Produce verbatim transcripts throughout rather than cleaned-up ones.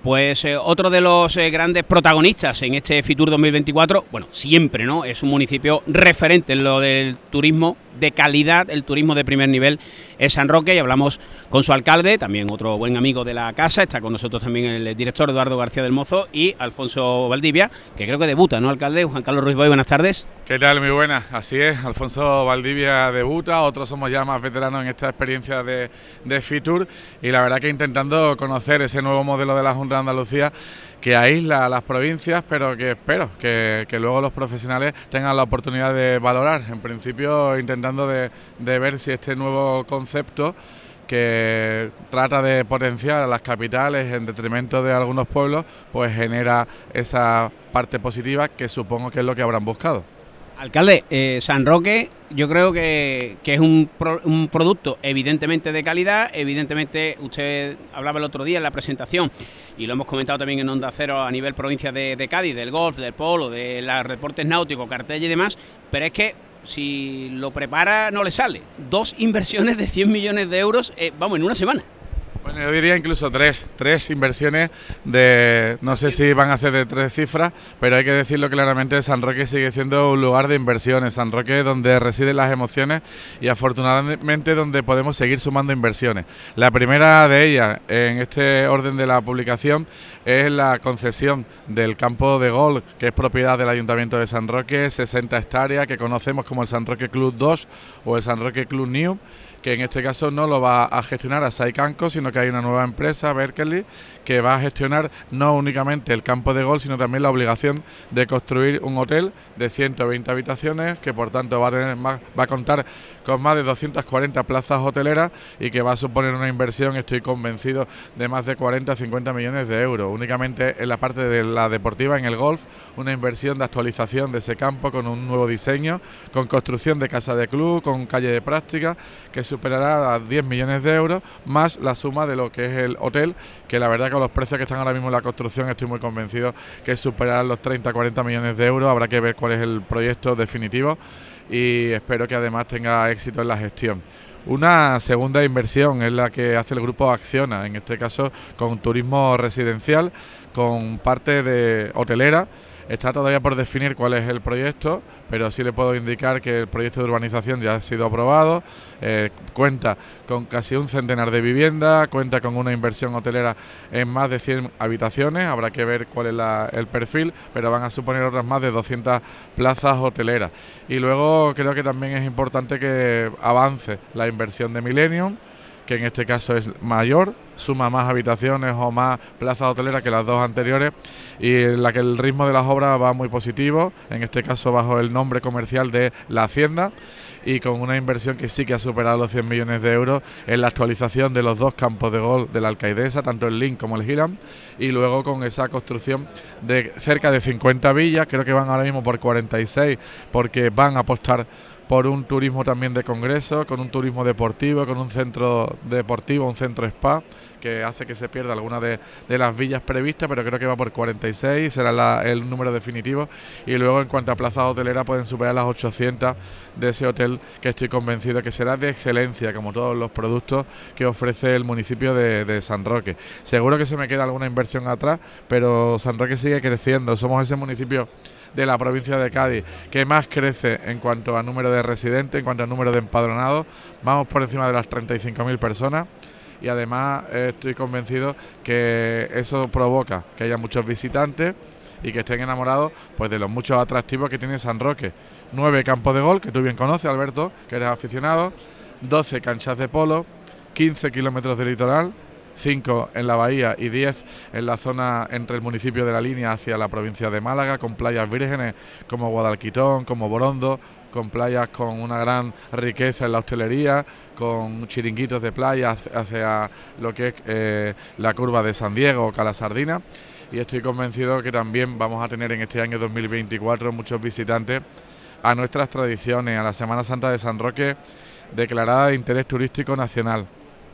Pues eh, otro de los eh, grandes protagonistas en este Fitur dos mil veinticuatro, bueno, siempre, ¿no? Es un municipio referente en lo del turismo de calidad, el turismo de primer nivel es San Roque, y hablamos con su alcalde, también otro buen amigo de la casa, está con nosotros también el director Eduardo García del Mozo y Alfonso Valdivia, que creo que debuta, ¿no, alcalde? Juan Carlos Ruiz Boy, buenas tardes. ¿Qué tal? Muy buenas, así es, Alfonso Valdivia debuta, otros somos ya más veteranos en esta experiencia de, de Fitur, y la verdad que intentando conocer ese nuevo modelo de la Junta de Andalucía que aísla a las provincias, pero que espero que, que luego los profesionales tengan la oportunidad de valorar, en principio intentando de, de ver si este nuevo concepto que trata de potenciar a las capitales en detrimento de algunos pueblos, pues genera esa parte positiva que supongo que es lo que habrán buscado. Alcalde, eh, San Roque yo creo que, que es un, pro, un producto evidentemente de calidad, evidentemente usted hablaba el otro día en la presentación y lo hemos comentado también en Onda Cero a nivel provincia de, de Cádiz, del golf, del polo, de los deportes náuticos, cartel y demás, pero es que si lo prepara no le sale. Dos inversiones de cien millones de euros, eh, vamos, en una semana. Bueno, yo diría incluso tres, tres inversiones de, no sé si van a ser de tres cifras, pero hay que decirlo claramente, San Roque sigue siendo un lugar de inversiones, San Roque donde residen las emociones y afortunadamente donde podemos seguir sumando inversiones. La primera de ellas, en este orden de la publicación, es la concesión del campo de golf, que es propiedad del Ayuntamiento de San Roque, sesenta hectáreas, que conocemos como el San Roque Club dos o el San Roque Club New, que en este caso no lo va a gestionar a Saicanco, sino que hay una nueva empresa, Berkeley, que va a gestionar no únicamente el campo de golf, sino también la obligación de construir un hotel de ciento veinte habitaciones, que por tanto va a tener más, va a contar con más de doscientas cuarenta plazas hoteleras y que va a suponer una inversión, estoy convencido, de más de cuarenta a cincuenta millones de euros. Únicamente en la parte de la deportiva, en el golf, una inversión de actualización de ese campo con un nuevo diseño, con construcción de casa de club, con calle de práctica, que superará a diez millones de euros, más la suma de lo que es el hotel, que la verdad que con los precios que están ahora mismo en la construcción estoy muy convencido que superará los treinta a cuarenta millones de euros. Habrá que ver cuál es el proyecto definitivo y espero que además tenga éxito en la gestión. Una segunda inversión es la que hace el grupo Acciona, en este caso con turismo residencial, con parte de hotelera. Está todavía por definir cuál es el proyecto, pero sí le puedo indicar que el proyecto de urbanización ya ha sido aprobado, eh, cuenta con casi un centenar de viviendas, cuenta con una inversión hotelera en más de cien habitaciones, habrá que ver cuál es la, el perfil, pero van a suponer otras más de doscientas plazas hoteleras. Y luego creo que también es importante que avance la inversión de Millennium, que en este caso es mayor, suma más habitaciones o más plazas hoteleras que las dos anteriores, y en la que el ritmo de las obras va muy positivo, en este caso bajo el nombre comercial de La Hacienda, y con una inversión que sí que ha superado los cien millones de euros en la actualización de los dos campos de golf de la Alcaidesa, tanto el Link como el Hiram, y luego con esa construcción de cerca de cincuenta villas, creo que van ahora mismo por cuarenta y seis, porque van a apostar por un turismo también de congreso, con un turismo deportivo, con un centro deportivo, un centro spa, que hace que se pierda alguna de, de las villas previstas, pero creo que va por cuarenta y seis, será la, el número definitivo. Y luego en cuanto a plazas hoteleras pueden superar las ochocientas de ese hotel, que estoy convencido que será de excelencia, como todos los productos que ofrece el municipio de, de San Roque. Seguro que se me queda alguna inversión atrás, pero San Roque sigue creciendo, somos ese municipio de la provincia de Cádiz que más crece en cuanto a número de residentes, en cuanto a número de empadronados, vamos por encima de las treinta y cinco mil personas, y además eh, estoy convencido que eso provoca que haya muchos visitantes y que estén enamorados pues de los muchos atractivos que tiene San Roque. Nueve campos de golf, que tú bien conoces, Alberto, que eres aficionado, doce canchas de polo, quince kilómetros de litoral, cinco en la bahía y diez en la zona entre el municipio de La Línea hacia la provincia de Málaga, con playas vírgenes como Guadalquitón, como Borondo, con playas con una gran riqueza en la hostelería, con chiringuitos de playa hacia lo que es eh, la curva de San Diego o Cala Sardina, y estoy convencido que también vamos a tener en este año dos mil veinticuatro muchos visitantes a nuestras tradiciones, a la Semana Santa de San Roque, declarada de interés turístico nacional.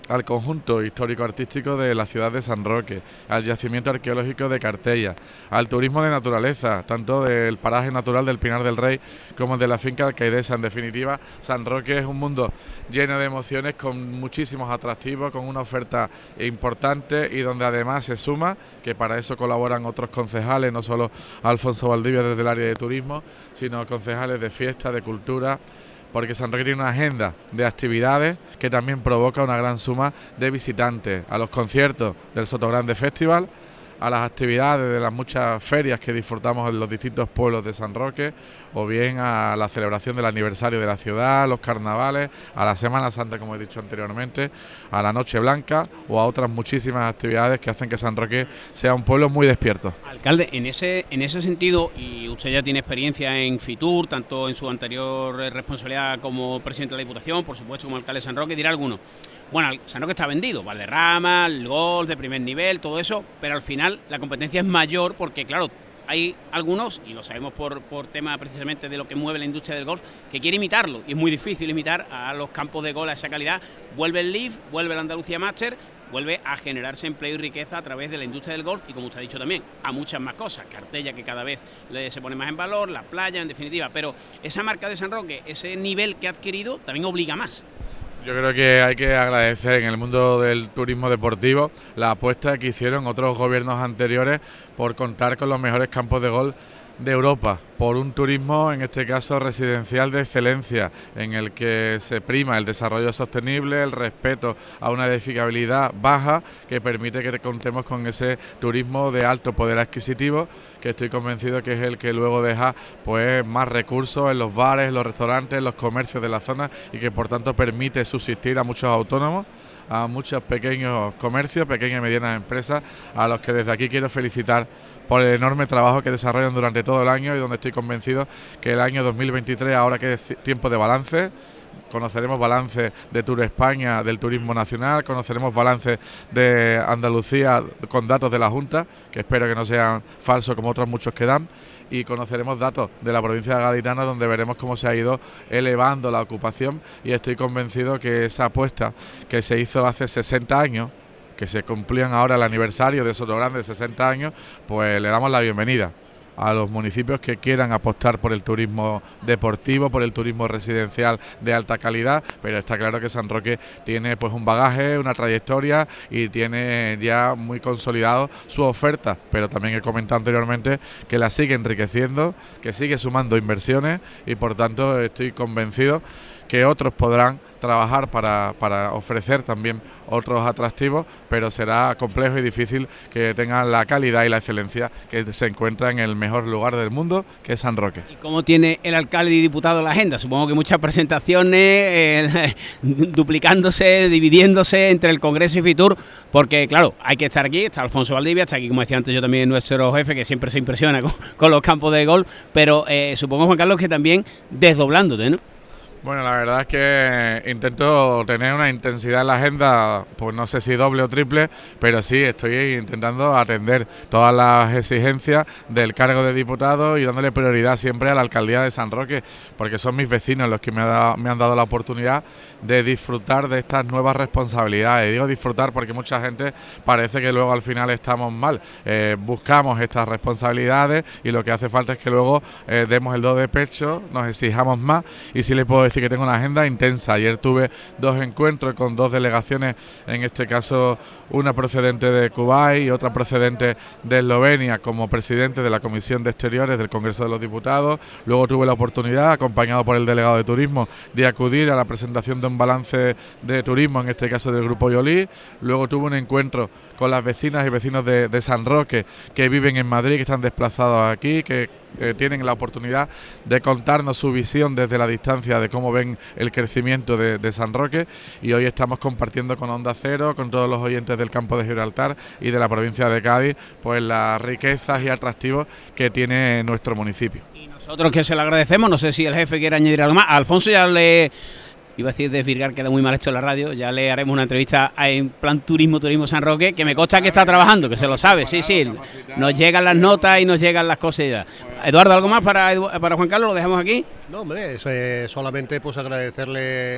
al conjunto histórico-artístico de la ciudad de San Roque, al yacimiento arqueológico de Cartella, al turismo de naturaleza, tanto del paraje natural del Pinar del Rey como de la finca alcaidesa. En definitiva, San Roque es un mundo lleno de emociones, con muchísimos atractivos, con una oferta importante y donde además se suma, que para eso colaboran otros concejales, no solo Alfonso Valdivia desde el área de turismo, sino concejales de fiesta, de cultura, porque San Roque tiene una agenda de actividades que también provoca una gran suma de visitantes, a los conciertos del Sotogrande Festival, a las actividades de las muchas ferias que disfrutamos en los distintos pueblos de San Roque, o bien a la celebración del aniversario de la ciudad, los carnavales, a la Semana Santa, como he dicho anteriormente, a la Noche Blanca o a otras muchísimas actividades que hacen que San Roque sea un pueblo muy despierto. Alcalde, en ese en ese sentido, y usted ya tiene experiencia en Fitur, tanto en su anterior responsabilidad como presidente de la Diputación, por supuesto como alcalde de San Roque, dirá alguno. Bueno, San Roque está vendido, Valderrama, el golf de primer nivel, todo eso, pero al final la competencia es mayor porque, claro, hay algunos, y lo sabemos por, por tema precisamente de lo que mueve la industria del golf, que quiere imitarlo, y es muy difícil imitar a los campos de golf a esa calidad. Vuelve el Leaf, vuelve el Andalucía Master, vuelve a generarse empleo y riqueza a través de la industria del golf y, como usted ha dicho también, a muchas más cosas. Cartella, que cada vez le, se pone más en valor, la playa, en definitiva, pero esa marca de San Roque, ese nivel que ha adquirido, también obliga más. Yo creo que hay que agradecer en el mundo del turismo deportivo la apuesta que hicieron otros gobiernos anteriores por contar con los mejores campos de golf de Europa, por un turismo, en este caso residencial, de excelencia, en el que se prima el desarrollo sostenible, el respeto a una edificabilidad baja, que permite que contemos con ese turismo de alto poder adquisitivo, que estoy convencido que es el que luego deja pues más recursos en los bares, en los restaurantes, en los comercios de la zona, y que por tanto permite subsistir a muchos autónomos, a muchos pequeños comercios, pequeñas y medianas empresas, a los que desde aquí quiero felicitar por el enorme trabajo que desarrollan durante todo el año, y donde estoy convencido que el año dos mil veintitrés, ahora que es tiempo de balance, conoceremos balance de Tour España del turismo nacional, conoceremos balance de Andalucía con datos de la Junta, que espero que no sean falsos como otros muchos que dan, y conoceremos datos de la provincia de Gaditana, donde veremos cómo se ha ido elevando la ocupación, y estoy convencido que esa apuesta que se hizo hace sesenta años, que se cumplían ahora el aniversario de Sotogrande de sesenta años, pues le damos la bienvenida a los municipios que quieran apostar por el turismo deportivo, por el turismo residencial de alta calidad, pero está claro que San Roque tiene pues un bagaje, una trayectoria, y tiene ya muy consolidado su oferta, pero también he comentado anteriormente que la sigue enriqueciendo, que sigue sumando inversiones, y por tanto estoy convencido que otros podrán trabajar para, para ofrecer también otros atractivos, pero será complejo y difícil que tengan la calidad y la excelencia que se encuentra en el mejor lugar del mundo, que es San Roque. ¿Y cómo tiene el alcalde y diputado la agenda? Supongo que muchas presentaciones, eh, duplicándose, dividiéndose entre el Congreso y Fitur, porque claro, hay que estar aquí, está Alfonso Valdivia, está aquí, como decía antes yo también, nuestro jefe, que siempre se impresiona con, con los campos de golf, pero eh, supongo, Juan Carlos, que también desdoblándote, ¿no? Bueno, la verdad es que intento tener una intensidad en la agenda, pues no sé si doble o triple, pero sí estoy intentando atender todas las exigencias del cargo de diputado y dándole prioridad siempre a la alcaldía de San Roque, porque son mis vecinos los que me, ha dado, me han dado la oportunidad de disfrutar de estas nuevas responsabilidades. Y digo disfrutar porque mucha gente parece que luego al final estamos mal. Eh, buscamos estas responsabilidades y lo que hace falta es que luego eh, demos el do de pecho, nos exijamos más, y sí le puedo decir que tengo una agenda intensa. Ayer tuve dos encuentros con dos delegaciones, en este caso una procedente de Kuwait y otra procedente de Eslovenia, como presidente de la Comisión de Exteriores del Congreso de los Diputados. Luego tuve la oportunidad, acompañado por el delegado de Turismo, de acudir a la presentación de un balance de turismo, en este caso del Grupo Yolí. Luego tuve un encuentro con las vecinas y vecinos de, de San Roque, que viven en Madrid, que están desplazados aquí, que Eh, tienen la oportunidad de contarnos su visión desde la distancia de cómo ven el crecimiento de, de San Roque, y hoy estamos compartiendo con Onda Cero, con todos los oyentes del campo de Gibraltar y de la provincia de Cádiz, pues las riquezas y atractivos que tiene nuestro municipio. Y nosotros que se lo agradecemos, no sé si el jefe quiere añadir algo más. A Alfonso ya le... iba a decir desvirgar, queda muy mal hecho en la radio, ya le haremos una entrevista en plan turismo, turismo San Roque, que me consta que está trabajando, que se lo sabe, sí, sí, nos llegan las notas y nos llegan las cosas ya. Eduardo, ¿algo más para, para Juan Carlos? ¿Lo dejamos aquí? No, hombre, eso es solamente pues agradecerle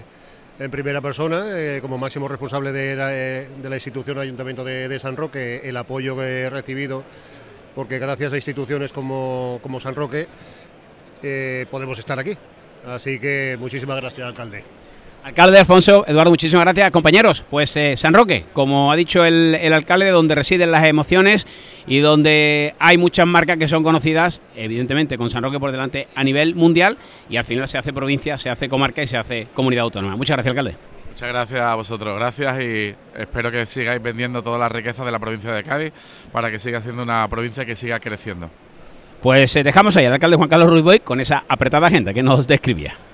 en primera persona, eh, como máximo responsable de la, de la institución Ayuntamiento de, de San Roque, el apoyo que he recibido, porque gracias a instituciones como, como San Roque eh, podemos estar aquí. Así que muchísimas gracias, alcalde. Alcalde Alfonso Eduardo, muchísimas gracias. Compañeros, pues eh, San Roque, como ha dicho el, el alcalde, donde residen las emociones y donde hay muchas marcas que son conocidas, evidentemente con San Roque por delante a nivel mundial, y al final se hace provincia, se hace comarca y se hace comunidad autónoma. Muchas gracias, alcalde. Muchas gracias a vosotros, gracias, y espero que sigáis vendiendo toda la riqueza de la provincia de Cádiz para que siga siendo una provincia que siga creciendo. Pues eh, dejamos ahí al alcalde Juan Carlos Ruiz Boix con esa apretada agenda que nos describía.